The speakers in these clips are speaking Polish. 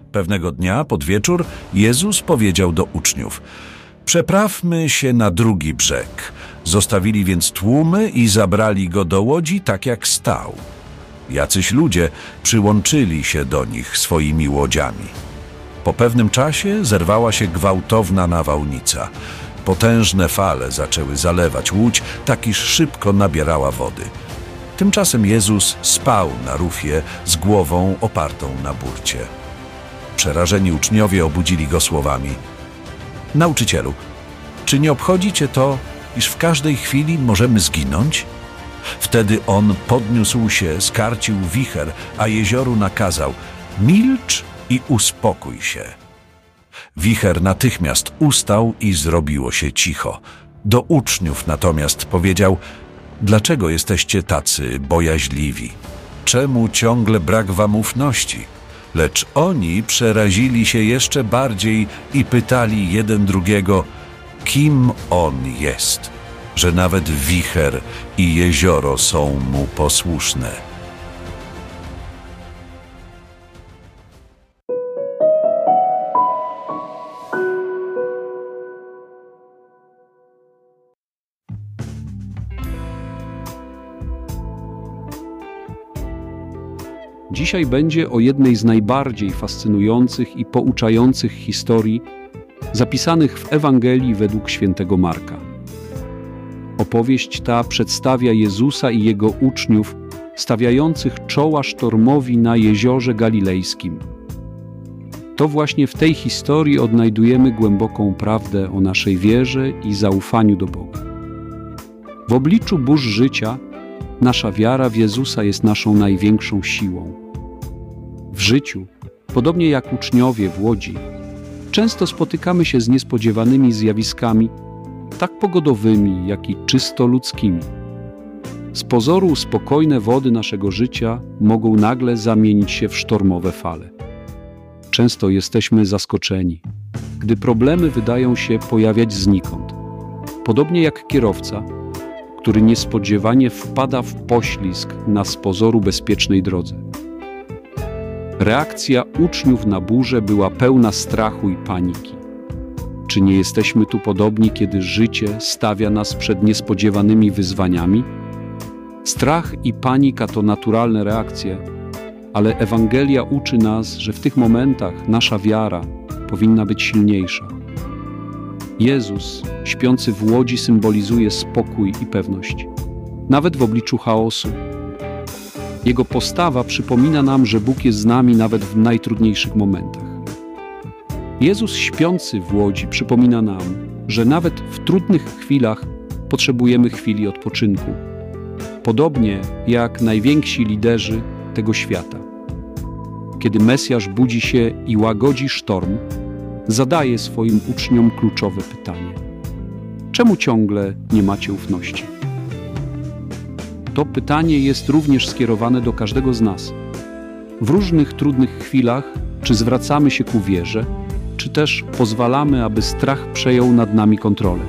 Pewnego dnia pod wieczór Jezus powiedział do uczniów: przeprawmy się na drugi brzeg. Zostawili więc tłumy i zabrali go do łodzi, tak jak stał. Jacyś ludzie przyłączyli się do nich swoimi łodziami. Po pewnym czasie zerwała się gwałtowna nawałnica. Potężne fale zaczęły zalewać łódź, tak iż szybko nabierała wody. Tymczasem Jezus spał na rufie z głową opartą na burcie. Przerażeni uczniowie obudzili go słowami: nauczycielu, czy nie obchodzi cię to, iż w każdej chwili możemy zginąć? Wtedy on podniósł się, skarcił wicher, a jezioru nakazał: milcz i uspokój się. Wicher natychmiast ustał i zrobiło się cicho. Do uczniów natomiast powiedział: dlaczego jesteście tacy bojaźliwi? Czemu ciągle brak wam ufności? Lecz oni przerazili się jeszcze bardziej i pytali jeden drugiego: kim on jest, że nawet wicher i jezioro są mu posłuszne? Dzisiaj będzie o jednej z najbardziej fascynujących i pouczających historii zapisanych w Ewangelii według świętego Marka. Opowieść ta przedstawia Jezusa i Jego uczniów stawiających czoła sztormowi na jeziorze galilejskim. To właśnie w tej historii odnajdujemy głęboką prawdę o naszej wierze i zaufaniu do Boga. W obliczu burz życia nasza wiara w Jezusa jest naszą największą siłą. W życiu, podobnie jak uczniowie w łodzi, często spotykamy się z niespodziewanymi zjawiskami, tak pogodowymi, jak i czysto ludzkimi. Z pozoru spokojne wody naszego życia mogą nagle zamienić się w sztormowe fale. Często jesteśmy zaskoczeni, gdy problemy wydają się pojawiać znikąd. Podobnie jak kierowca, który niespodziewanie wpada w poślizg na z pozoru bezpiecznej drodze. Reakcja uczniów na burzę była pełna strachu i paniki. Czy nie jesteśmy tu podobni, kiedy życie stawia nas przed niespodziewanymi wyzwaniami? Strach i panika to naturalne reakcje, ale Ewangelia uczy nas, że w tych momentach nasza wiara powinna być silniejsza. Jezus, śpiący w łodzi, symbolizuje spokój i pewność, nawet w obliczu chaosu. Jego postawa przypomina nam, że Bóg jest z nami nawet w najtrudniejszych momentach. Jezus śpiący w łodzi przypomina nam, że nawet w trudnych chwilach potrzebujemy chwili odpoczynku. Podobnie jak najwięksi liderzy tego świata. Kiedy Mesjasz budzi się i łagodzi sztorm, zadaje swoim uczniom kluczowe pytanie: czemu ciągle nie macie ufności? To pytanie jest również skierowane do każdego z nas. W różnych trudnych chwilach czy zwracamy się ku wierze, czy też pozwalamy, aby strach przejął nad nami kontrolę.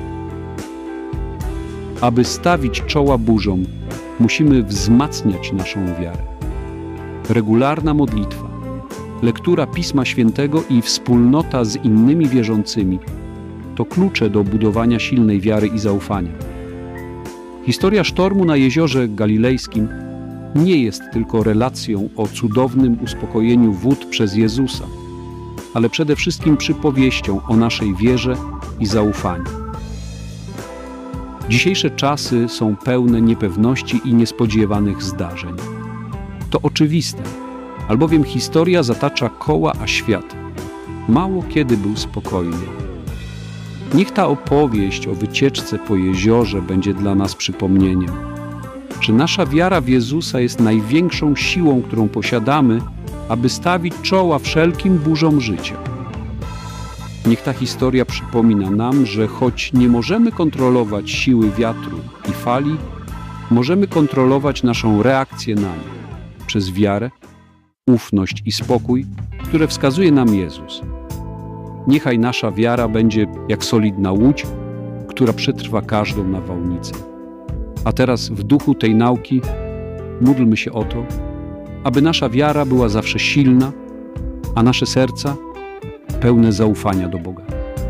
Aby stawić czoła burzom, musimy wzmacniać naszą wiarę. Regularna modlitwa, lektura Pisma Świętego i wspólnota z innymi wierzącymi to klucze do budowania silnej wiary i zaufania. Historia sztormu na jeziorze galilejskim nie jest tylko relacją o cudownym uspokojeniu wód przez Jezusa, ale przede wszystkim przypowieścią o naszej wierze i zaufaniu. Dzisiejsze czasy są pełne niepewności i niespodziewanych zdarzeń. To oczywiste, albowiem historia zatacza koła, a świat mało kiedy był spokojny. Niech ta opowieść o wycieczce po jeziorze będzie dla nas przypomnieniem, że nasza wiara w Jezusa jest największą siłą, którą posiadamy, aby stawić czoła wszelkim burzom życia. Niech ta historia przypomina nam, że choć nie możemy kontrolować siły wiatru i fali, możemy kontrolować naszą reakcję na nie przez wiarę, ufność i spokój, które wskazuje nam Jezus. Niechaj nasza wiara będzie jak solidna łódź, która przetrwa każdą nawałnicę. A teraz w duchu tej nauki módlmy się o to, aby nasza wiara była zawsze silna, a nasze serca pełne zaufania do Boga.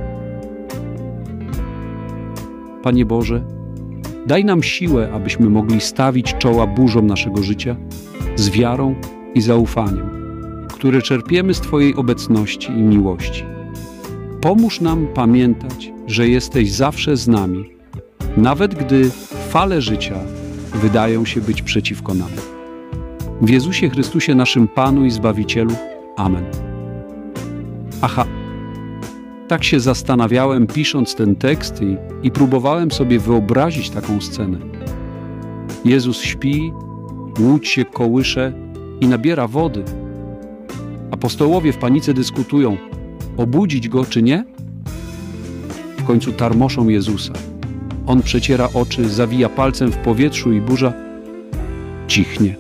Panie Boże, daj nam siłę, abyśmy mogli stawić czoła burzom naszego życia z wiarą i zaufaniem, które czerpiemy z Twojej obecności i miłości. Pomóż nam pamiętać, że jesteś zawsze z nami, nawet gdy fale życia wydają się być przeciwko nam. W Jezusie Chrystusie, naszym Panu i Zbawicielu. Amen. Tak się zastanawiałem, pisząc ten tekst i próbowałem sobie wyobrazić taką scenę. Jezus śpi, łódź się kołysze i nabiera wody. Apostołowie w panice dyskutują, obudzić go czy nie? W końcu tarmoszą Jezusa. On przeciera oczy, zawija palcem w powietrzu i burza cichnie.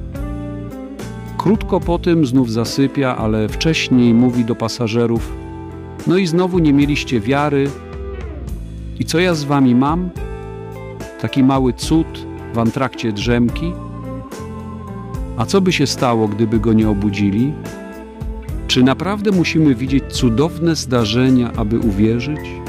Krótko po tym znów zasypia, ale wcześniej mówi do pasażerów: no i znowu nie mieliście wiary. I co ja z wami mam? Taki mały cud w antrakcie drzemki? A co by się stało, gdyby go nie obudzili? Czy naprawdę musimy widzieć cudowne zdarzenia, aby uwierzyć?